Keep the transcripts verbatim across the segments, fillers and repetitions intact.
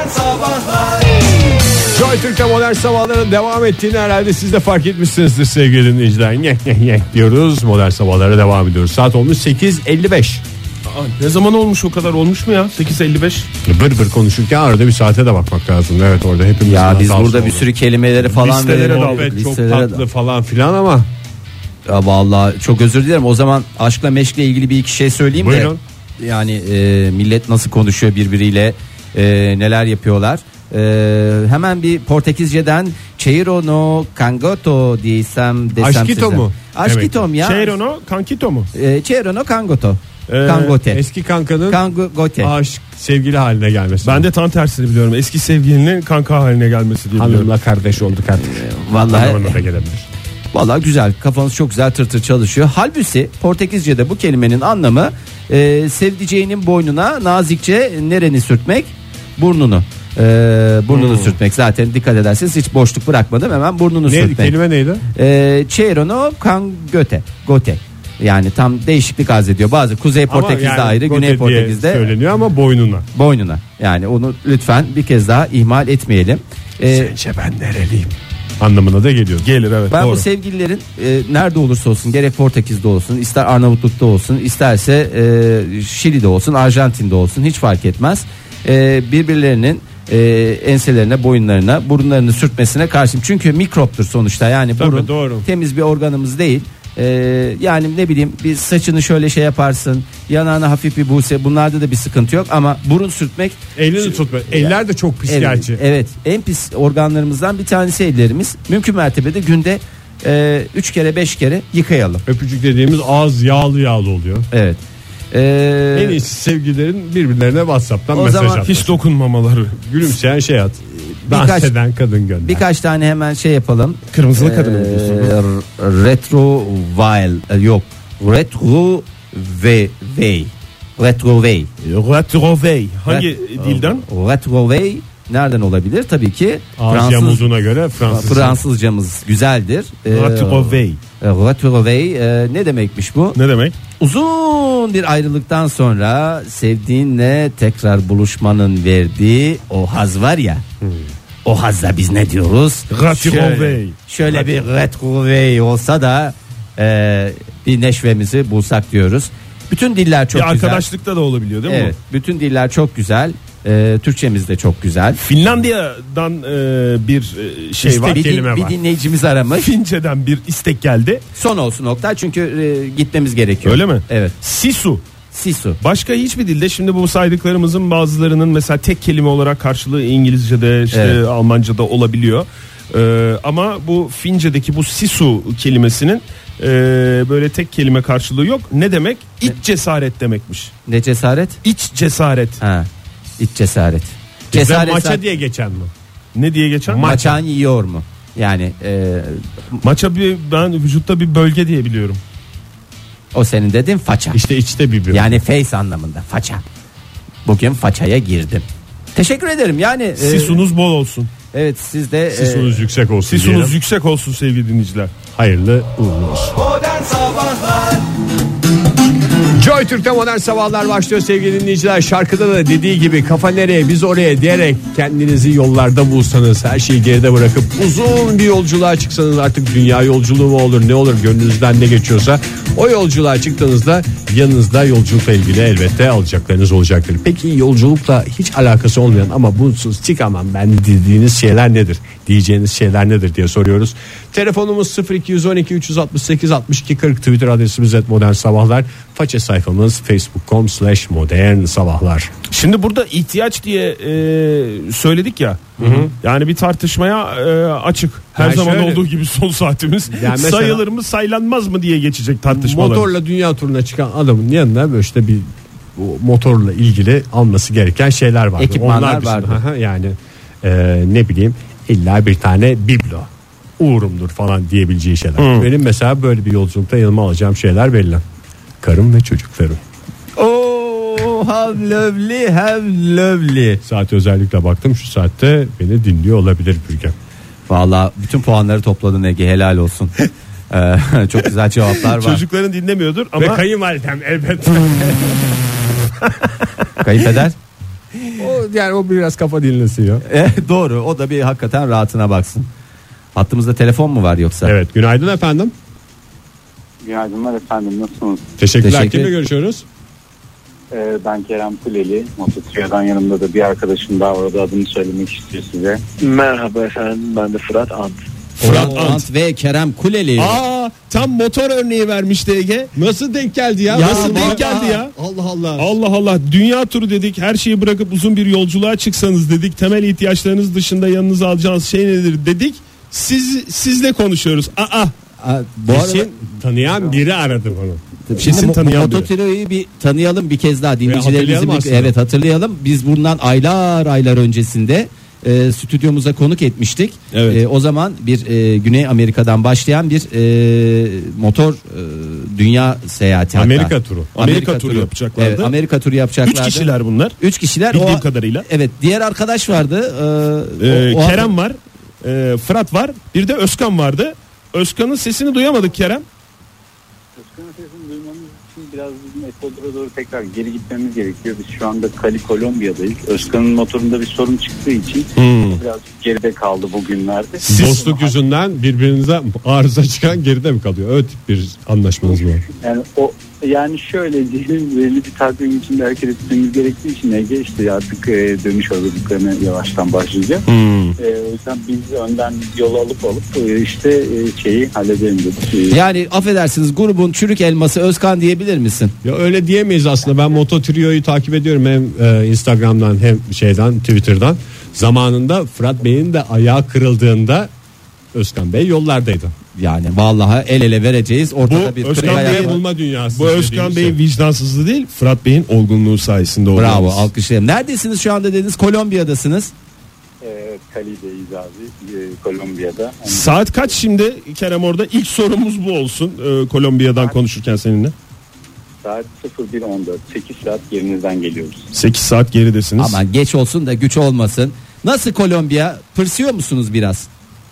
Modern Sabahlar. Joy Türk'te modern sabahların devam ettiğini herhalde siz de fark etmişsinizdir sevgili dinleyiciler. Nyek nyek nyek diyoruz. Modern sabahlara devam ediyoruz. Saat olmuş sekiz elli beş. Aa, ne zaman olmuş, o kadar olmuş mu ya? sekiz elli beş. Bır bır konuşurken arada bir saate de bakmak lazım. Evet, orada hepimiz. Ya biz burada bir sürü kelimeleri falan Listelere verelim. daldık. Evet, çok Listelere tatlı falan filan ama. Ya vallahi çok özür dilerim. O zaman aşkla meşkle ilgili bir iki şey söyleyeyim Buyurun. de. Yani e, millet nasıl konuşuyor birbiriyle, e, neler yapıyorlar. E, hemen bir Portekizceden Cheiro no cangoto diysem desem Aşkito size. mu? Aşkitom ya. Cheirono Kankito mu? E, Cheiro no cangoto. Ee, Kangote. Eski kankanın Kangote. aşk sevgili haline gelmesi. Ben de tam tersini biliyorum. Eski sevgilinin kanka haline gelmesi diye biliyorum. hanımla kardeş olduk artık. Vallahi Anlamına da gelebilir. Vallahi güzel, kafanız çok güzel tır tır çalışıyor. Halbuki Portekizce'de bu kelimenin anlamı e, sevdiceğinin boynuna nazikçe nereni sürtmek? Burnunu. E, burnunu Hmm. sürtmek. Zaten dikkat ederseniz hiç boşluk bırakmadım, hemen burnunu Neydi, sürtmek. kelime neydi? E, Cheirono Kangote. Gote. Yani tam değişiklik arz ediyor. Bazı Kuzey Portekiz'de yani ayrı, gote Güney diye Portekiz'de söyleniyor ama boynuna. boynuna. Yani onu lütfen bir kez daha ihmal etmeyelim. E, Sence ben nereliyim? Anlamına da geliyor. Gelir, evet, Ben doğru. bu sevgililerin e, nerede olursa olsun, gerek Portekiz'de olsun, ister Arnavutluk'ta olsun, isterse e, Şili'de olsun, Arjantin'de olsun, hiç fark etmez. E, birbirlerinin e, enselerine, boyunlarına, burunlarını sürtmesine karşıyım. Çünkü mikroptur sonuçta, yani Tabii, burun doğru. temiz bir organımız değil. E, yani ne bileyim, bir saçını şöyle şey yaparsın, yanağına hafif bir buse, bunlarda da bir sıkıntı yok, ama burun sürtmek, Elini tutma. Eller de çok pis evet, gerçi. evet, en pis organlarımızdan bir tanesi ellerimiz. Mümkün mertebede günde e, üç kere beş kere yıkayalım. Öpücük dediğimiz ağız yağlı yağlı oluyor. Evet. E, En iyisi sevgililerin birbirlerine WhatsApp'tan O mesaj zaman atması. Hiç dokunmamaları. Gülümseyen şey at. Birkaç- Dans eden kadın gönder. birkaç tane hemen şey yapalım. Kırmızılı kadın mı diyorsun? r- Retro while yok. Retro ve way. Retro way. Retrovey. Hangi Ret- dilden? Retro way nereden olabilir? Tabii ki Ağız Fransız. yamulduğuna göre Fransız. Fransızcamız güzeldir. E, Retrovey. Retro way e, ne demekmiş bu? Ne demek? Uzun bir ayrılıktan sonra sevdiğinle tekrar buluşmanın verdiği o haz var ya. O hazda biz ne diyoruz? Retrovey. Şöyle, şöyle bir retrovey olsa da e, bir neşvemizi bulsak diyoruz. Bütün diller çok Bir güzel. arkadaşlıkta da olabiliyor değil mi? Evet, bütün diller çok güzel. E, Türkçemiz de çok güzel. Finlandiya'dan e, bir e, şey İstek var. Bir, din- kelime bir var. dinleyicimiz aramış. Fince'den bir istek geldi. Son olsun Oktay, çünkü e, gitmemiz gerekiyor. Öyle mi? Evet. Sisu. Sisu. Başka hiçbir dilde, şimdi bu saydıklarımızın bazılarının mesela tek kelime olarak karşılığı İngilizce'de, işte Evet. Almanca'da olabiliyor. Ee, ama bu Fince'deki bu sisu kelimesinin e, böyle tek kelime karşılığı yok. Ne demek? İç cesaret demekmiş. Ne cesaret? İç cesaret. Ha. İç cesaret. Bizde Cesaret maça zaten- diye geçen mi? Ne diye geçen? Maçan yiyor mu? Yani e, Maça bir, ben vücutta bir bölge diye biliyorum. o senin dediğin faça. İşte içte bir bölüm. Yani face anlamında faça. Bugün façaya girdim. Teşekkür ederim. Yani e, Sisunuz bol olsun. evet, siz de e, Sisunuz yüksek olsun Sisunuz diyelim. yüksek olsun sevgili dinleyiciler. Hayırlı uğurlu olsun. Modern Sabahlar. Joy Türk'te modern sabahlar başlıyor sevgili dinleyiciler. Şarkıda da dediği gibi kafa nereye biz oraya diyerek kendinizi yollarda bulsanız, her şeyi geride bırakıp uzun bir yolculuğa çıksanız, artık dünya yolculuğu mu olur ne olur, gönlünüzden ne geçiyorsa o yolculuğa çıktığınızda yanınızda yolculukla ilgili elbette alacaklarınız olacaktır. Peki yolculukla hiç alakası olmayan ama bunsuz çıkamam ben dediğiniz şeyler nedir? Diyeceğiniz şeyler nedir diye soruyoruz. Telefonumuz sıfır iki on iki üç altı sekiz altmış iki kırk, Twitter adresimiz et modern sabahlar. Faça sayfamız facebook nokta com slash modern sabahlar. Şimdi burada ihtiyaç diye e, söyledik ya. Yani bir tartışmaya e, açık. Her Yani zaman şöyle- olduğu gibi son saatimiz. Yani mesela- sayılır mı saylanmaz mı diye geçecek tartışmalar. Motorla dünya turuna çıkan adamın yanına böyle işte bir o motorla ilgili alması gereken şeyler vardı. Ekipmanlar Onlar dışında, vardı. aha, yani e, ne bileyim illa bir tane biblo uğrumdur falan diyebileceği şeyler. Hı. Benim mesela böyle bir yolculukta yanıma alacağım şeyler belli. Karım ve çocuklarım. Oh, how lovely, how lovely. Saate özellikle baktım, şu saatte beni dinliyor olabilir Bürgen. Vallahi bütün puanları topladın Ege, helal olsun. Ee, çok güzel cevaplar var. Çocukların dinlemiyordur Ve ama kayınvalidem elbette. Kayınpeder. O yani o biraz kafa dinlesin ya. E, doğru, o da bir hakikaten rahatına baksın. Hattımızda telefon mu var yoksa? Evet, günaydın efendim. Günaydınlar efendim, nasılsınız? Teşekkürler. Teşekkür. Kimle görüşüyoruz? Ee, ben Kerem Kuleli. Mototriyo'dan yanımda da bir arkadaşım daha orada, adını söylemek istiyor size. Merhaba efendim, ben de Fırat Ant. Fırat Ant Ant. ve Kerem Kuleli. Aa, tam motor örneği vermişti Ege. Nasıl denk geldi ya? Ya, Nasıl denk vallahi- geldi ya? Allah Allah. Allah Allah, dünya turu dedik, her şeyi bırakıp uzun bir yolculuğa çıksanız dedik, temel ihtiyaçlarınız dışında yanınıza alacağınız şey nedir dedik, siz sizle konuşuyoruz. Aa, Aa, bu arada Kesin tanıyan biri aradı bunu. şimdi kesin mo- tanıyan biri. Mototriyo'yu bir tanıyalım bir kez daha, dinleyicilerimizi hatırlayalım bir- aslında. evet hatırlayalım. Biz bundan aylar aylar öncesinde e, stüdyomuza konuk etmiştik. Evet. E, o zaman bir e, Güney Amerika'dan başlayan bir e, motor e, dünya seyahati. hatta. Amerika turu. Amerika turu yapacaklardı. Evet, Amerika turu yapacaklardı. Üç kişiler bunlar. Üç kişiler. Bildiğim O- kadarıyla. Evet, diğer arkadaş vardı. E, Ee, o- o- Kerem var, e, Fırat var, bir de Özkan vardı. Özkan'ın sesini duyamadık Kerem. Özkan'ın sesini duymamız için biraz bizim Ekvador'a doğru tekrar geri gitmemiz gerekiyor. Biz şu anda Cali, Kolombiya'dayız. Özkan'ın motorunda bir sorun çıktığı için Hmm. biraz geride kaldı bugünlerde. Dostluk yüzünden birbirinize arıza çıkan geride mi kalıyor? Öyle tip bir anlaşmanız mı var? Yani o yani şöyle diyelim, belli bir takvim içinde hareket etmemiz gerektiği için Ege işte artık e, dönüş hazırlıklarına yavaştan başlayacak. Hmm. E, o yüzden biz önden yol alıp alıp e, işte e, şeyi halledelim dedik. E, Yani affedersiniz, grubun çürük elması Özkan diyebilir misin? Ya öyle diyemeyiz aslında. Ben Mototrio'yu takip ediyorum hem e, Instagram'dan hem şeyden, Twitter'dan. Zamanında Fırat Bey'in de ayağı kırıldığında Özkan Bey yollardaydı. Yani vallahi el ele vereceğiz. Ortada Bu bir Özkan kırık Bey ayak var. bulma dünyası. Bu Özkan Bey'in vicdansızlığı değil, Fırat Bey'in olgunluğu sayesinde oldu. Bravo, alkışlayalım. Neredesiniz şu anda dediniz? Kolombiya'dasınız. e, Cali'deyiz abi, e, Kolombiya'da. Yani Saat kaç şimdi Kerem orada? İlk sorumuz bu olsun. Ee, Kolombiya'dan konuşurken seninle. saat sıfır bir on dört, sekiz saat yerinizden geliyoruz. sekiz saat geridesiniz. Aman geç olsun da güç olmasın. Nasıl Kolombiya? Pırsıyor musunuz biraz?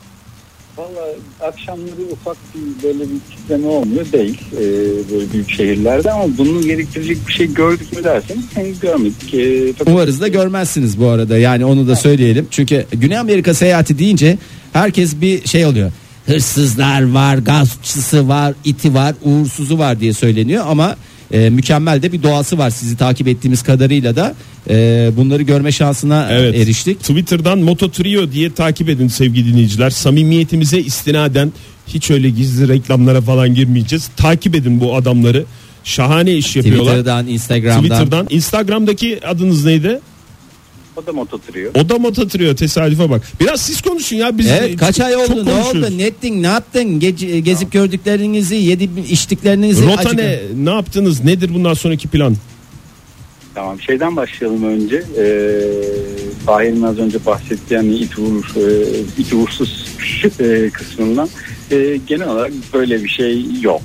Valla akşamları ufak bir böyle bir kitleme olmuyor değil e, böyle büyük şehirlerde, ama bunu gerektirecek bir şey gördük mü derseniz henüz görmedik. E, fakat- Umarız da görmezsiniz bu arada. Yani onu da söyleyelim. Çünkü Güney Amerika seyahati deyince herkes bir şey oluyor. Hırsızlar var, gaspçısı var, iti var, uğursuzu var diye söyleniyor ama e, mükemmel de bir doğası var. Sizi takip ettiğimiz kadarıyla da e, bunları görme şansına Evet. eriştik. Twitter'dan Mototrio diye takip edin sevgili dinleyiciler. Samimiyetimize istinaden hiç öyle gizli reklamlara falan girmeyeceğiz. Takip edin bu adamları. Şahane iş yapıyorlar. Twitter'dan, Instagram'dan. Twitter'dan. Instagram'daki adınız neydi? O da Mototrio. O da Mototrio, tesadüfe bak. Biraz siz konuşun ya. Biz Evet, kaç ay çok oldu, ne konuşuyoruz. oldu, ne ettin, ne yaptın, Gece, gezip gördüklerinizi, yedi içtiklerinizi Rota açık- ne? Ne yaptınız? Nedir bundan sonraki plan? Tamam, şeyden başlayalım önce. E, Fahir'in az önce bahsettiği yani it, vur, e, it vursuz e, kısmından. E, genel olarak böyle bir şey yok.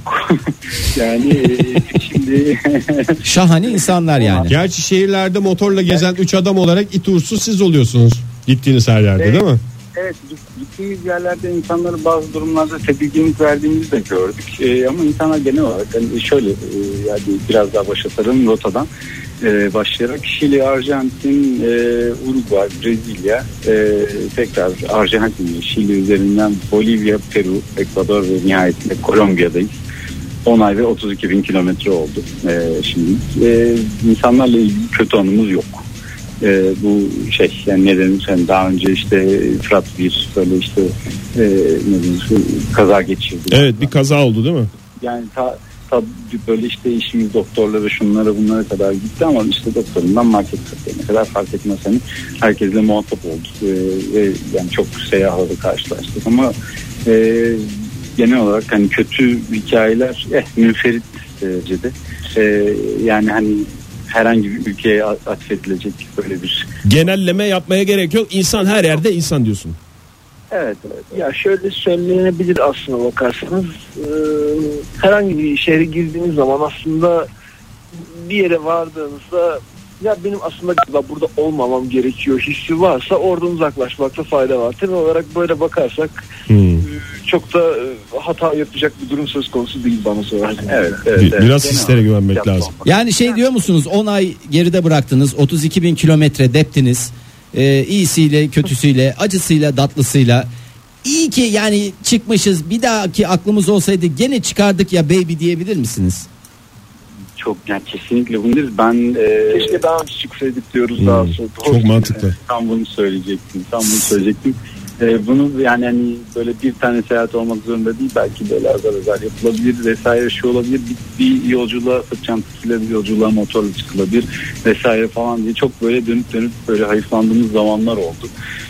yani e, şimdi Şahane insanlar yani. Gerçi şehirlerde motorla gezen üç adam olarak it uğursuz siz oluyorsunuz. Gittiğiniz her yerde Evet. değil mi? evet, gittiğimiz yerlerde insanlara bazı durumlarda tedirginlik verdiğimizi de gördük. E, ama insanlar genel olarak hani şöyle e, yani biraz daha başlatalım rotadan. Ee, başlayarak Şili, Arjantin, e, Uruguay, Brezilya, e, tekrar Arjantin, Şili üzerinden Bolivya, Peru, Ekvador ve nihayetinde Kolombiya'dayız. on ay ve otuz iki bin kilometre oldu e, şimdi. E, insanlarla ilgili kötü anımız yok. E, bu şey yani ne denir, yani daha önce işte Fırat bir böyle işte e, ne denir, kaza geçirdi. Evet, bir kaza oldu değil mi? Yani ta, ta böyle işte işimiz doktorlara şunlara bunlara kadar gitti, ama işte doktorundan market kapıya kadar fark etmez, hani herkesle muhatap olduk ee, ve yani çok seyahlarla karşılaştık, ama e, genel olarak hani kötü hikayeler eh, münferit derecede e, yani hani herhangi bir ülkeye atfedilecek böyle bir. Genelleme yapmaya gerek yok. İnsan her yerde insan diyorsun. Evet, evet. Ya şöyle söylenebilir aslına bakarsanız, e, herhangi bir şehre girdiğiniz zaman aslında bir yere vardığınızda ya benim aslında galiba burada olmamam gerekiyor hissi varsa oradan uzaklaşmakta fayda var. Temel olarak böyle bakarsak Hmm. e, çok da e, hata yapacak bir durum söz konusu değil bana sorarsanız. Evet, evet, Bir- evet. Biraz Genel hislere olarak güvenmek yaptım. lazım. Yani şey diyor musunuz, on ay geride bıraktınız, otuz iki bin kilometre deptiniz, ee, iyisiyle kötüsüyle acısıyla tatlısıyla, iyi ki yani çıkmışız, bir dahaki aklımız olsaydı gene çıkardık ya baby diyebilir misiniz? Çok yani kesinlikle bunu deriz. Ben e, Keşke daha önce çıksaydık diyoruz Hmm, daha sonra. çok mantıklı. tam bunu söyleyecektim. Tam bunu söyleyecektim. E, bunu yani hani böyle bir tane seyahat olmak zorunda değil. Belki böyle azar azar yapılabilir vesaire şey olabilir. Bir, bir yolculuğa sırt çantasıyla bir yolculuğa motorla çıkılabilir vesaire falan diye çok böyle dönüp dönüp böyle hayıflandığımız zamanlar oldu.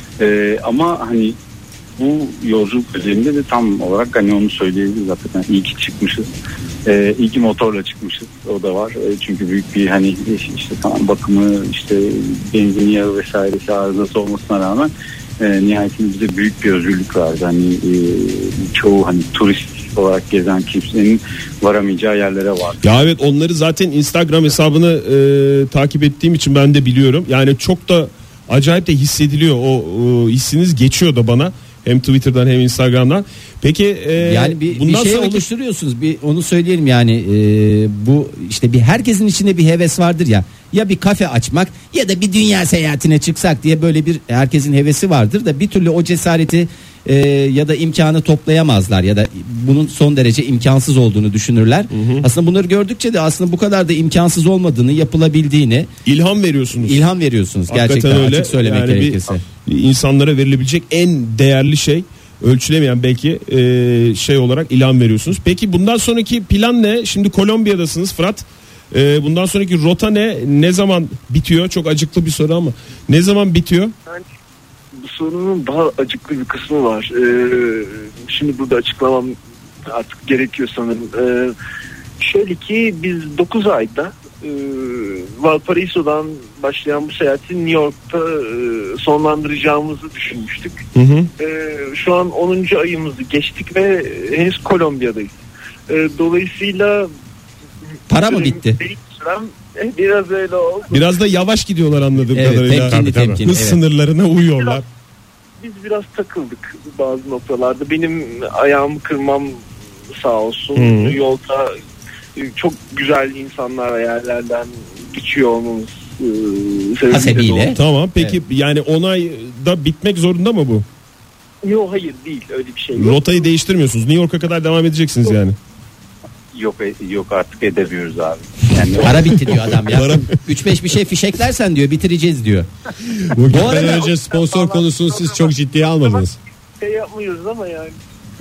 E, ama hani bu yolculuk özelinde de tam olarak hani onu söyleyebiliriz zaten. İyi ki çıkmışız. Ee, iyi ki motorla çıkmışız. O da var. Ee, çünkü büyük bir hani işte tamam bakımı işte benzin yağı vesairesi arızası olmasına rağmen e, nihayetinde bize büyük bir özgürlük vardı. Hani e, çoğu hani turist olarak gezen kimsenin varamayacağı yerlere vardı. Ya evet, onları zaten Instagram hesabını e, takip ettiğim için ben de biliyorum. Yani çok da acayip de hissediliyor. O, o hissiniz geçiyor da bana. Hem Twitter'dan hem Instagram'dan. Peki e, Yani bir, bir bundan şey sonraki... oluşturuyorsunuz, bir onu söyleyelim yani, e, bu işte bir herkesin içinde bir heves vardır ya, ya bir kafe açmak ya da bir dünya seyahatine çıksak diye, böyle bir herkesin hevesi vardır da bir türlü o cesareti e, ya da imkanı toplayamazlar ya da bunun son derece imkansız olduğunu düşünürler. Hı hı. Aslında bunları gördükçe de aslında bu kadar da imkansız olmadığını, yapılabildiğini ilham veriyorsunuz. ilham veriyorsunuz. Hakikaten Gerçekten öyle. açık söylemek Yani bir- gerekirse. insanlara verilebilecek en değerli şey, ölçülemeyen belki e, şey olarak ilham veriyorsunuz. Peki bundan sonraki plan ne? Şimdi Kolombiya'dasınız Fırat. E, bundan sonraki rota ne? Ne zaman bitiyor? Çok acıklı bir soru ama ne zaman bitiyor? Yani bu sorunun daha acıklı bir kısmı var. Ee, şimdi burada açıklamam artık gerekiyor sanırım. Ee, şöyle ki biz dokuz ayda e, Valparaiso'dan başlayan bu seyahati New York'ta e, sonlandıracağımızı düşünmüştük. Hı hı. Ee, şu an onuncu ayımızı geçtik ve henüz Kolombiya'dayız. Ee, dolayısıyla Para mı bitti? Benim sürem eh, biraz öyle oldu. Biraz da yavaş gidiyorlar anladığım Evet, kadarıyla. temkinli, temkinli, Hız evet. sınırlarına uyuyorlar. Biz biraz takıldık bazı noktalarda. Benim ayağımı kırmam sağ olsun. Hı. Yolda e, çok güzel insanlar ve yerlerden geçiyor olmamız e, sebebiyle Hasebiyle. de oldu. Tamam, peki yani on ayda bitmek zorunda mı bu? Yok, hayır değil, öyle bir şey yok. Rotayı değiştirmiyorsunuz. New York'a kadar devam edeceksiniz yani. Yok yok artık edemiyoruz abi. Yani Para bitti diyor adam ya. Para- üç beş bir şey fişeklersen diyor bitireceğiz diyor. Bu Bu arada- önce sponsor konusunu siz çok ciddiye almadınız. Şey yapmıyoruz ama yani.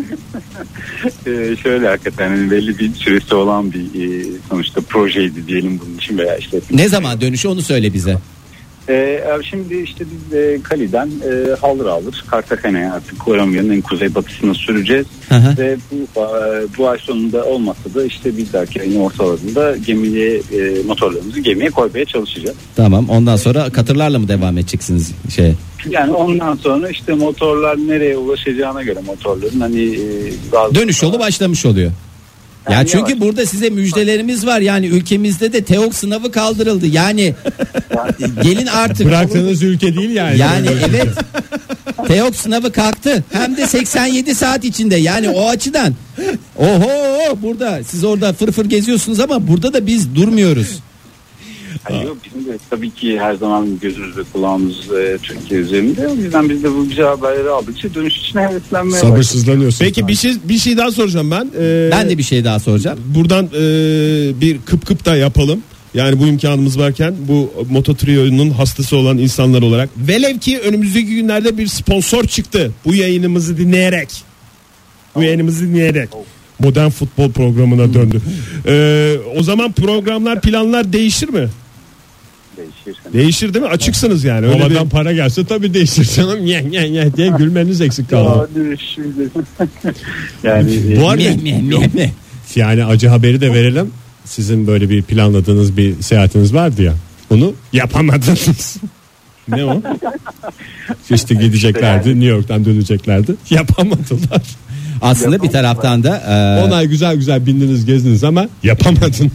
Ee, şöyle hakikaten hani belli bir süresi olan bir e, sonuçta projeydi diyelim bunun için veya işte. Ne zaman dönüşü onu söyle bize. Ee, abi şimdi işte biz e, Cali'den e, haldır alır Cartagena'ya artık Kolombiya'nın en kuzeybatısına süreceğiz. Hı hı. Ve bu, e, bu ay sonunda olmazsa da işte bir dahaki ayın ortalarında gemiye e, motorlarımızı gemiye koymaya çalışacağız. Tamam, ondan sonra katırlarla mı devam edeceksiniz şey? Yani ondan sonra işte motorlar nereye ulaşacağına göre motorların hani e, bazı Dönüş yolu başlamış oluyor. Ya Yani çünkü yavaş. burada size müjdelerimiz var. Yani ülkemizde de TEOK sınavı kaldırıldı. Yani gelin artık. Bıraktığınız ülke değil yani. Yani evet. TEOK sınavı kalktı. Hem de seksen yedi saat içinde. Yani o açıdan. Oho, burada siz orada fırfır geziyorsunuz ama burada da biz durmuyoruz. Hayır, yok, bizim de tabii ki her zaman gözümüz ve kulağımız e, Türkiye üzerinde. O yüzden biz de bu güzel haberleri aldıkça dönüş için heveslenmeye başladık. Sabırsızlanıyorsunuz. Peki bir şey bir şey daha soracağım ben. Ee, Ben de bir şey daha soracağım. buradan e, bir kıp kıp da yapalım. Yani bu imkanımız varken bu Mototrio'nun hastası olan insanlar olarak. Velev ki önümüzdeki günlerde bir sponsor çıktı. Bu yayınımızı dinleyerek. Bu yayınımızı dinleyerek. Modern futbol programına döndü. Ee, o zaman programlar, planlar değişir mi? Değişir. Değişir değil mi? Açıksınız yani. Öyle Havadan bir... para gelse tabii değişir canım. Ye ye ye diye gülmeniz eksik kaldı. Yani şimdi yani e, Bu arada Meh, meh, meh, meh. yani acı haberi de verelim. Sizin böyle bir planladığınız bir seyahatiniz vardı ya. Onu yapamadınız. Ne o? İşte gideceklerdi, New York'tan döneceklerdi. Yapamadılar. Aslında bir taraftan da on e, ay güzel güzel bindiniz gezdiniz ama yapamadınız.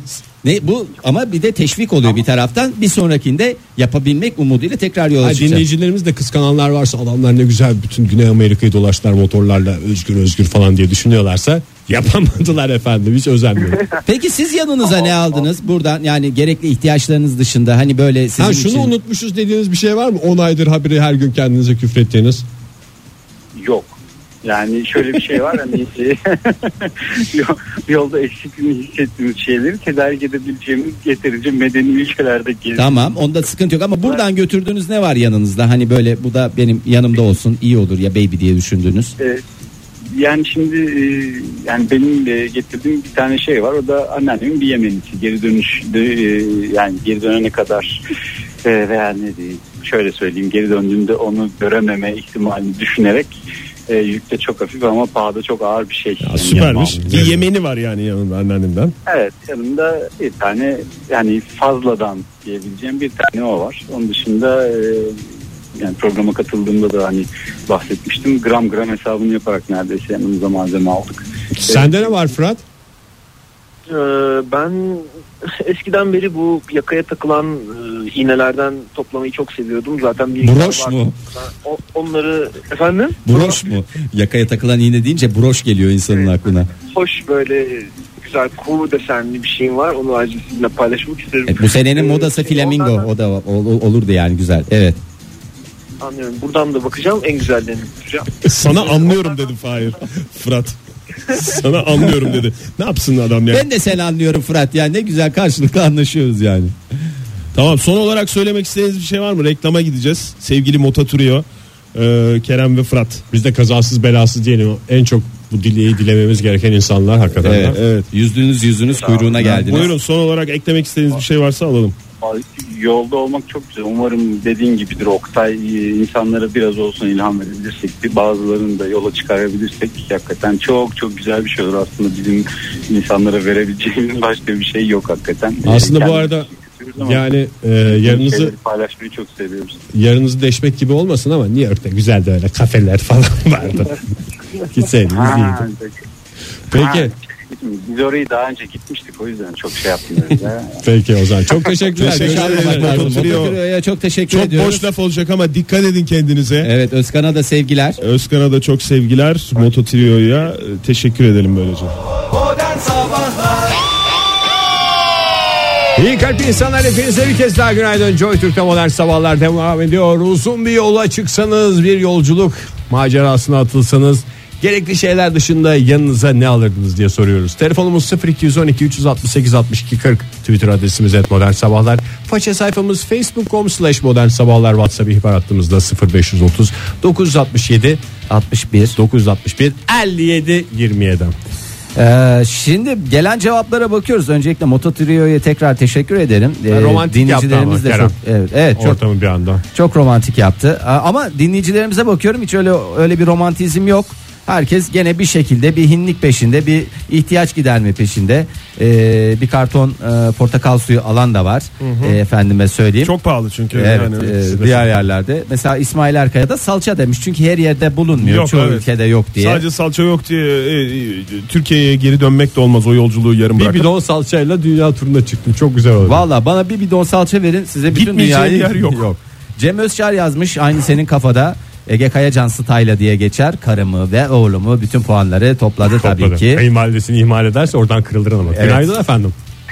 Ne bu ama bir de teşvik oluyor ama bir taraftan, bir sonrakinde yapabilmek umuduyla tekrar yola çıkacak. Dinleyicilerimiz de kıskananlar varsa, adamlar ne güzel bütün Güney Amerika'yı dolaştılar motorlarla özgür özgür falan diye düşünüyorlarsa yapamadılar efendim, hiç özenmiyor. Peki siz yanınıza ne aldınız buradan, yani gerekli ihtiyaçlarınız dışında, hani böyle sizin ha, şunu için... unutmuşuz dediğiniz bir şey var mı? on aydır haberi her gün kendinize küfrettiğiniz. Yok. Yani şöyle bir şey var, hani yolda eksikliğini hissettiğimiz şeyleri tedarik edebileceğimiz yeterince medeni ülkelerde geziyoruz. Tamam, onda sıkıntı yok ama buradan götürdüğünüz ne var yanınızda? Hani böyle bu da benim yanımda olsun, iyi olur ya baby diye düşündüğünüz. Evet. Yani şimdi yani benim getirdiğim bir tane şey var, o da anneannemin bir yemenisi. Geri dönüşte yani geri dönene kadar veya ne diyeyim, şöyle söyleyeyim, geri döndüğünde onu görememe ihtimalini düşünerek e, yükte çok hafif ama pahada çok ağır bir şey. Ya, yani süpermiş. Bir yemeni var yani yanında anneannemden. Evet, yanında bir tane yani fazladan diyebileceğim bir tane o var. Onun dışında e, yani programa katıldığımda da hani bahsetmiştim. Gram gram hesabını yaparak neredeyse yanımıza malzeme aldık. Sende ne var Fırat? Ee, ben eskiden beri bu yakaya takılan e, iğnelerden toplamayı çok seviyordum. Zaten bir broş mu? O, onları efendim? Broş mu? Yakaya takılan iğne deyince broş geliyor insanın evet, aklına. Hoş böyle güzel kuğu desenli bir şeyim var. Onu ayrıca sizinle paylaşmak isterim. Evet, bu senenin modası ee, flamingo. onlardan... O da ol, olurdu yani, güzel. Evet. Anlıyorum. Buradan da bakacağım. En güzellerini tutacağım. Sana anlıyorum dedi Fahir. Fırat. Sana anlıyorum dedi. Ne yapsın adam ya? Ben de seni anlıyorum Fırat. Yani ne güzel karşılıklı anlaşıyoruz yani. Tamam, son olarak söylemek istediğiniz bir şey var mı? Reklama gideceğiz. Sevgili Motatrio, e, Kerem ve Fırat. Biz de kazasız belasız diyelim. En çok bu dileği dilememiz gereken insanlar hakikaten. Evet, evet. Yüzdünüz yüzünüz kuyruğuna geldiniz. Buyurun, son olarak eklemek istediğiniz bir şey varsa alalım. Yolda olmak çok güzel. Umarım dediğin gibidir Oktay, insanlara biraz olsun ilham verebilirsek, bazılarını da yola çıkarabilirsek hakikaten çok çok güzel bir şey olur. Aslında bizim insanlara verebileceğimiz başka bir şey yok hakikaten. Aslında yani bu arada yani e, yarınızı paylaşmayı çok seviyoruz. Yarınızı deşmek gibi olmasın ama New York'ta güzel de öyle kafeler falan vardı. Gitseydiniz iyiydi. Peki. Biz orayı daha önce gitmiştik, o yüzden çok şey yapmıyoruz. Peki o zaman çok teşekkürler. Teşekkür ederim. Mototrio'ya çok teşekkür çok ediyoruz. Çok boş laf olacak ama dikkat edin kendinize. Evet, Özkan'a da sevgiler. Özkan'a da çok sevgiler. Mototrio'ya teşekkür edelim böylece. Modern Sabahlar. İyi kalpli insanlar, hepinize bir kez daha günaydın. Joy Türk'te Modern Sabahlar devam ediyor. Uzun bir yola çıksanız, bir yolculuk macerasına atılsanız, gerekli şeyler dışında yanınıza ne alırdınız diye soruyoruz. Telefonumuz sıfır iki on iki üç altı sekiz altmış iki kırk. Twitter adresimiz et modern sabahlar. Faça sayfamız facebook nokta com slash modern sabahlar. WhatsApp ihbar hattımızda sıfır beş yüz otuz dokuz altmış yedi altmış bir dokuz altmış bir elli yedi yirmi yedi. Ee, şimdi gelen cevaplara bakıyoruz. Öncelikle Mototrio'ya tekrar teşekkür ederim. Ee, romantik yaptı ama de Kerem. çok, evet, evet, çok, ortamı bir anda. Çok romantik yaptı. Ee, ama dinleyicilerimize bakıyorum, hiç öyle öyle bir romantizm yok. Herkes gene bir şekilde bir hinlik peşinde, bir ihtiyaç giderme peşinde. Ee, bir karton e, portakal suyu alan da var. Hı hı. E, efendime söyleyeyim. Çok pahalı çünkü. Evet, yani, e, diğer yerlerde. Mesela İsmail Erkaya da salça demiş. Çünkü her yerde bulunmuyor. Yok, çoğu evet. ülkede yok diye. Sadece salça yok diye e, e, Türkiye'ye geri dönmek de olmaz, o yolculuğu yarım bırakıp. Bir bidon salçayla dünya turuna çıktım. Çok güzel oldu. Valla bana bir bidon salça verin, size bütün dünyayı. Yer yok. yok. Cem Özçar yazmış, aynı senin kafada. Ege Kayacan Stayla diye geçer. Karımı ve oğlumu bütün puanları topladı, topladı. Tabii ki. Kayınvalidesini ihmal ederse oradan kırılır ama. Evet. Günaydın efendim.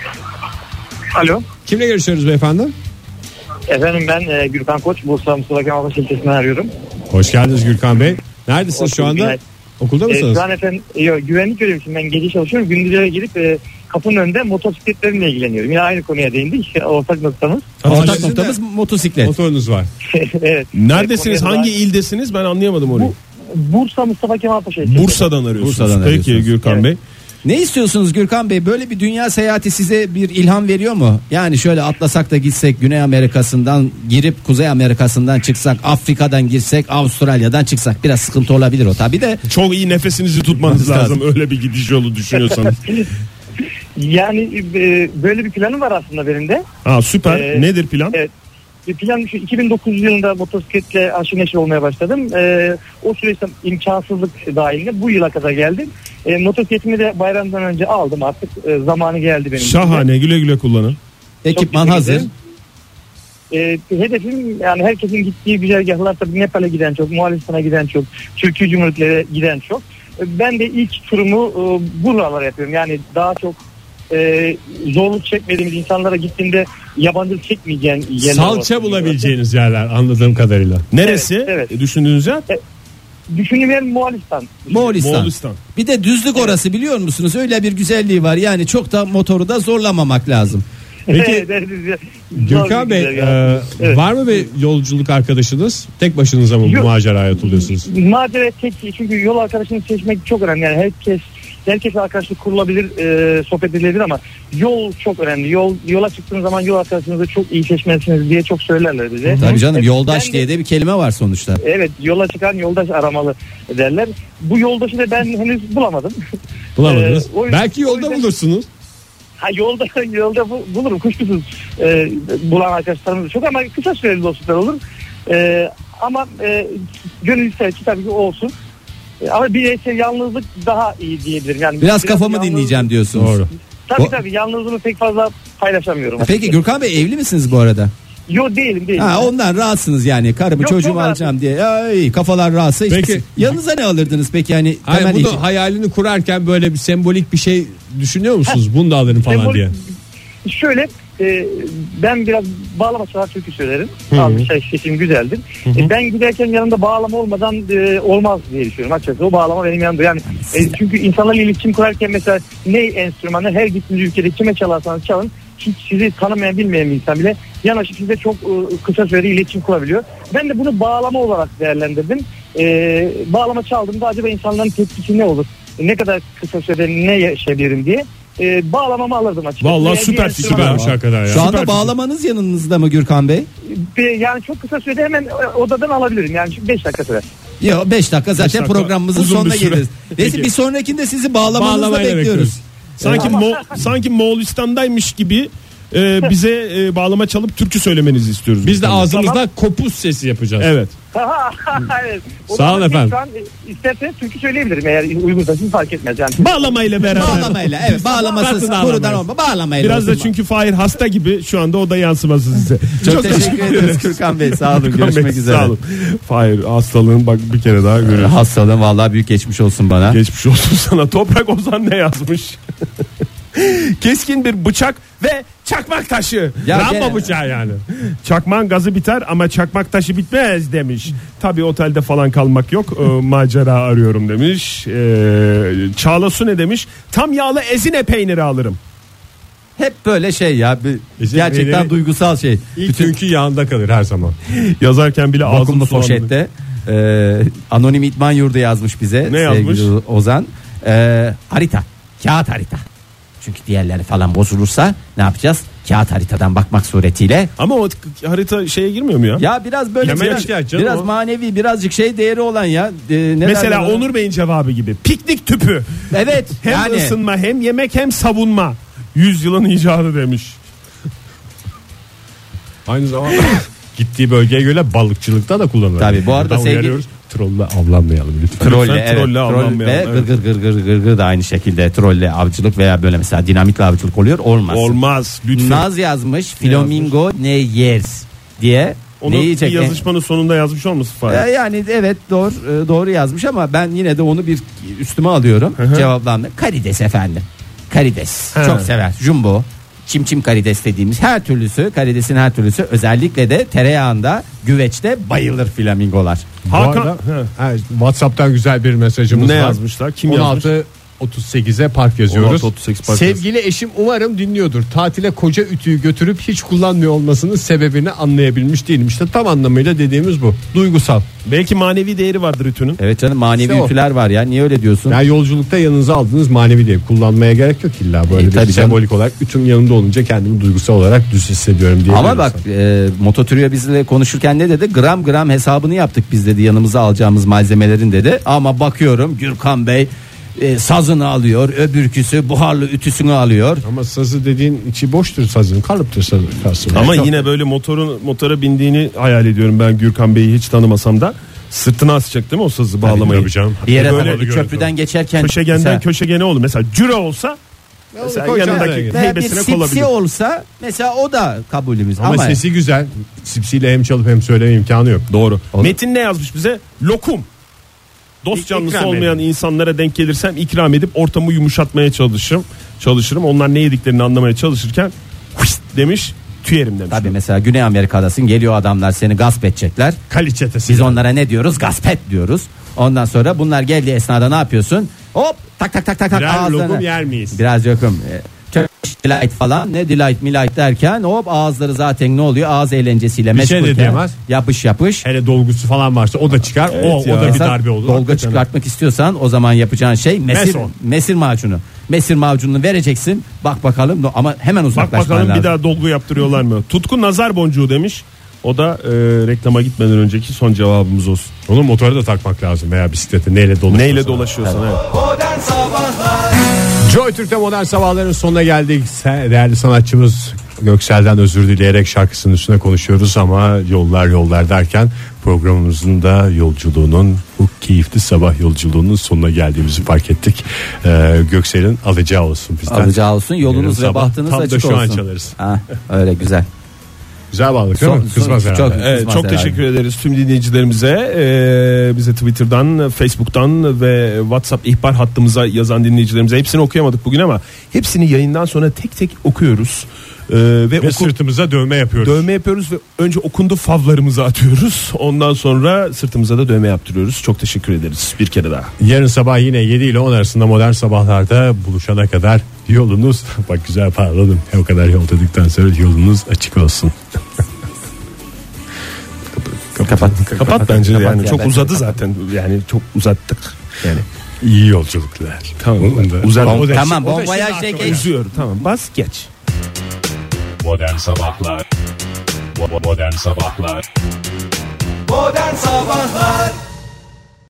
Alo. Kimle görüşüyoruz beyefendi? Efendim ben e, Gürkan Koç, Bursa Mustafa Kemal Paşa ilçesinden arıyorum. Hoş geldiniz Gürkan Bey. Neredesiniz Hoş şu anda? Günaydın. Okulda mısınız? E, şu an efendim yok, güvenlik görevlisiyim, ben gece çalışıyorum. Gündüz eve gelip e, kapının önünde motosikletlerimle ilgileniyorum. Yine aynı konuya değindik. Ortak noktamız. Ortak noktamız motosiklet. Motorunuz var. Evet. Neredesiniz? Hangi var. ildesiniz? Ben anlayamadım orayı. Bu, Bursa Mustafa Kemal Paşa. Bursa'dan arıyorsunuz. Bursa'dan Peki arıyorsunuz. Gürkan evet. Bey. Ne istiyorsunuz Gürkan Bey? Böyle bir dünya seyahati size bir ilham veriyor mu? Yani şöyle atlasak da gitsek, Güney Amerika'sından girip Kuzey Amerika'sından çıksak, Afrika'dan girsek, Avustralya'dan çıksak. Biraz sıkıntı olabilir o tabii de. Çok iyi nefesinizi tutmanız lazım öyle bir gidiş yolu düşünüyorsanız. Yani e, böyle bir planım var aslında benim de. Aa, süper. Ee, Nedir plan? Evet. Plan şu, iki bin dokuz yılında motosikletle aşırı neşir olmaya başladım. Ee, o süreçte imkansızlık dahilinde bu yıla kadar geldim. E, motosikletimi de bayramdan önce aldım artık. E, zamanı geldi benim. Şahane, güle güle kullanın. Ekipman hazır. E, hedefim yani herkesin gittiği güzergahlar, tabii Nepal'e giden çok, Moğolistan'a giden çok, Türkiye Cumhuriyetlerine giden çok. E, ben de ilk turumu e, buralara yapıyorum. Yani daha çok e, zorluk çekmediğimiz, insanlara gittiğinde yabancılık çekmeyeceğin yerler. Salça bulabileceğiniz yerler anladığım kadarıyla. Neresi? Evet, evet. E, düşündüğünüz yer? E, Düşündüğüm yer Moğolistan. Moğolistan. Moğolistan. Bir de düzlük orası, biliyor musunuz? Öyle bir güzelliği var. Yani çok da motoru da zorlamamak lazım. Peki Gürkan Bey, e, evet. var mı bir yolculuk arkadaşınız? Tek başınıza mı bu Yok. maceraya atılıyorsunuz? Macera tek, çünkü yol arkadaşını seçmek çok önemli. Yani herkes herkes arkadaşlık kurulabilir, e, sohbet edilebilir ama yol çok önemli. Yol yola çıktığınız zaman yol arkadaşınızı çok iyi seçmelisiniz diye çok söylerler bize. Tabii canım, Evet, yoldaş ben diye de, de bir kelime var sonuçta. evet, yola çıkan yoldaş aramalı derler. Bu yoldaşı da ben henüz bulamadım. Bulamadınız. Ee, o yüzden- Belki yolda o yüzden- bulursunuz. Ha, yolda yolda bu, bulurum kuşkusuz. Ee, bulan arkadaşlarımız çok ama kısa süreli dostluklar olur. Ee, ama e, gönül ister ki tabii ki olsun. Ee, ama bireysel yalnızlık daha iyi diyebilirim. Yani Biraz kafamı yalnız- dinleyeceğim diyorsunuz. Doğru. Tabii O- tabii yalnızlığımı pek fazla paylaşamıyorum. Peki Gürkan Bey, evli misiniz bu arada? Yok, değilim değilim. Ha, ondan rahatsınız yani, karımı Yok, çocuğumu çok alacağım diye. Ay, kafalar rahatsız. Peki. Yanınıza ne alırdınız peki, yani Hayır, temel bunu işi? hayalini kurarken böyle bir sembolik bir şey düşünüyor musunuz? Bunu da alırım falan Sembol- diye. Şöyle e, ben biraz bağlama çalar türkü söylerim. Hı. Az bir şey, sesim güzeldir. E, ben giderken yanımda bağlama olmadan e, olmaz diye düşünüyorum açıkçası. O bağlama benim yanımda. Yani e, çünkü insanlarla iletişim kurarken mesela ne enstrümanı, her gittiğiniz ülkede kime çalarsanız çalın, hiç sizi tanımayan bilmeyen bir insan bile yanaşıp size çok e, kısa sürede iletişim kurabiliyor. Ben de bunu bağlama olarak değerlendirdim. E, bağlama çaldığımda acaba insanların tepkisi ne olur? Ne kadar kısa sürede ne yaşayabilirim diye. E, bağlamamı alırdım açıkçası. Vallahi Veya süper bir fikir enstrüman- Süpermiş hakikaten ya. Şu Süper anda fikir. bağlamanız yanınızda mı Gürkan Bey? E, yani çok kısa sürede hemen odadan alabilirim. Yani beş dakika sürer. Yok, beş dakika zaten dakika programımızın uzun sonuna bir süre. geliriz. Neyse, Peki. bir sonrakinde sizi bağlamanızla Bağlamayla bekliyoruz. bekliyoruz. Sanki Mo- sanki Moğolistan'daymış gibi e, bize e, bağlama çalıp türkü söylemenizi istiyoruz. Biz de Tamam. ağzımızda Tamam. kopuz sesi yapacağız. Evet. Evet. O Sağ zaman olun biz efendim. Şu an isterseniz türkü söyleyebilirim eğer uygunsa, siz fark etmez yani. Bağlamayla beraber. Bağlamayla, evet, bağlamasız Bakın kurudan ağlamayız. olma, bağlamayla Biraz da olsun. çünkü Fahir hasta gibi şu anda o da yansıması size. Çok, teşekkür ederiz Gürkan Bey, sağ olun, Gürkan görüşmek Bey, üzere. Sağ olun. Fahir hastalığın bak bir kere daha Ee, görüyoruz. Hastalığım vallahi büyük geçmiş olsun bana. Geçmiş olsun sana. Toprak Ozan ne yazmış? Keskin bir bıçak ve çakmak taşı. Ya Rambo gene- bıçağı yani. Çakmağın gazı biter ama çakmak taşı bitmez demiş. Tabii otelde falan kalmak yok. Ee, macera arıyorum demiş. Ee, Çağla Su ne demiş? Tam yağlı ezine peyniri alırım. Hep böyle şey ya, bir- Bizim gerçekten benim- duygusal şey. İlk Bütün günkü yağında kalır her zaman. Yazarken bile ağzım vakumlu sulandı. poşette e, anonim idman yurdu yazmış bize. Ne yazmış? sevgili Ozan. E, harita, kağıt harita. Çünkü diğerleri falan bozulursa ne yapacağız? Kağıt haritadan bakmak suretiyle. Ama o k- harita şeye girmiyor mu ya? Ya biraz böyle Temel biraz, ihtiyaç canım biraz o. manevi, birazcık şey değeri olan ya. E, ne Mesela derler ona? Onur Bey'in cevabı gibi. Piknik tüpü. Evet. Hem yani ısınma hem yemek hem savunma. Yüzyılın icadı demiş. Aynı zamanda gittiği bölgeye göre balıkçılıkta da kullanılır. Tabii, bu arada Buradan sevgili- uyarıyoruz. Trolle avlanmayalım lütfen. trolle, Lütfen evet, trolle troll avlanmayalım, ve evet. gır gır gır gır gır gır da aynı şekilde trolle avcılık veya böyle mesela dinamitle avcılık oluyor, olmaz. Olmaz lütfen. Naz yazmış, flamingo ne yers diye. Onu ne bir yiyecek? yazışmanın sonunda yazmış olmasın E, Fahir? yani evet, doğru e, doğru yazmış ama ben yine de onu bir üstüme alıyorum. Cevaplarında karides efendim. Karides. He. Çok sever. Jumbo. Çim çim karides dediğimiz her türlüsü, karidesin her türlüsü, özellikle de tereyağında, güveçte bayılır flamingolar. Bu Hakan- arada, He. ha, WhatsApp'tan güzel bir mesajımız Ne var. yazmışlar? Kim on yazmış? altı otuz sekize park yazıyoruz. on altı otuz sekiz park Sevgili eşim umarım dinliyordur. Tatile koca ütüyü götürüp hiç kullanmıyor olmasının sebebini anlayabilmiş değilim. İşte tam anlamıyla dediğimiz bu. Duygusal. Belki manevi değeri vardır ütünün. Evet canım, manevi İşte o. ütüler var ya, niye öyle diyorsun? Yani yolculukta yanınıza aldığınız manevi değil. Kullanmaya gerek yok illa böyle E, bir tabii canım. sembolik olarak. Ütüm yanımda olunca kendimi duygusal olarak düz hissediyorum diye. Ama bak, e, Mototrio bizle konuşurken ne dedi? Gram gram hesabını yaptık biz dedi, yanımıza alacağımız malzemelerin dedi. Ama bakıyorum Gürkan Bey e, sazını alıyor, öbürküsü buharlı ütüsünü alıyor. Ama sazı dediğin içi boştur sazın. Kalıptır sazın. Ama yine böyle motorun motora bindiğini hayal ediyorum ben Gürkan Bey'i hiç tanımasam da. Sırtına asacak değil mi o sazı bağlamayı? Tabii canım. Bir yere Böyle böyle köprüden geçerken Köşegenden mesela, köşegene olur. Mesela cüre olsa mesela koyacaksın yanındaki oraya. veya bir heybesine sipsi kolabilir. olsa mesela o da kabulümüz. Ama, Ama, sesi güzel. Sipsiyle hem çalıp hem söyleme imkanı yok. Doğru. Olur. Metin ne yazmış bize? Lokum. Dost İk- canlısı ikram olmayan edin. insanlara denk gelirsem ikram edip ortamı yumuşatmaya çalışırım. Çalışırım. Onlar ne yediklerini anlamaya çalışırken hıst demiş, tüyerim demiş. tabii mesela Güney Amerika'dasın, geliyor adamlar seni gasp edecekler. Kali çetesi. Biz onlara ne diyoruz? Gasp et diyoruz. Ondan sonra bunlar geldiği esnada ne yapıyorsun? Hop tak tak tak tak tak Birer ağızlarına. lokum yer miyiz? Biraz yokum. E, Çok delight falan, ne delight milight derken hop ağızları zaten ne oluyor? Ağız eğlencesiyle Bir şey de meşgulken diyemez. yapış yapış. Hele dolgusu falan varsa o da çıkar. Evet o, ya. o da bir Esas darbe olur. dolga Hakikaten. çıkartmak istiyorsan o zaman yapacağın şey mesir, Meson. mesir macunu. Mesir macununu vereceksin. Bak bakalım ama hemen Bak uzaklaşman bakalım lazım. bir daha dolgu yaptırıyorlar mı? Tutku nazar boncuğu demiş. O da e, reklama gitmeden önceki son cevabımız olsun. Onun motoru da takmak lazım veya bisiklete neyle dolaşıyorsan. Neyle dolaşıyorsan evet. Modern Sabahlar Joy Türk'te modern sabahların sonuna geldik. Sen- Değerli sanatçımız Göksel'den özür dileyerek şarkısının üstüne konuşuyoruz ama yollar yollar derken programımızın da yolculuğunun, bu keyifli sabah yolculuğunun sonuna geldiğimizi fark ettik. Ee, Göksel'in alacağı olsun bizden. Alacağı olsun, yolunuz Yarın ve sabah bahtınız tam da açık şu olsun. an çalarız. Ha, öyle güzel. Güzel bağladık değil Son- mi? Kızmaz son- herhalde. çok- Evet, Kızmaz çok herhalde. teşekkür ederiz tüm dinleyicilerimize. Ee, bize Twitter'dan, Facebook'tan ve WhatsApp ihbar hattımıza yazan dinleyicilerimize. Hepsini okuyamadık bugün ama hepsini yayından sonra tek tek okuyoruz. Ee, ve Ve oku- sırtımıza dövme yapıyoruz. dövme yapıyoruz ve önce okundu favlarımızı atıyoruz. Ondan sonra sırtımıza da dövme yaptırıyoruz. Çok teşekkür ederiz bir kere daha. Yarın sabah yine yedi ile on arasında modern sabahlarda buluşana kadar yolunuz, bak güzel parladım. O kadar yol dedikten sonra yolunuz açık olsun. Kapat. Kapat bence Kapat yani ya, çok bence uzadı kapat. zaten. Yani çok uzattık. Yani İyi yolculuklar. tamam. Onu da- Uzat. O da- Tamam, o da bon şimdi voyage aklıma geç. geldi. Uzuyor. Tamam. Bas geç. Modern Sabahlar Bo- Modern Sabahlar Modern Sabahlar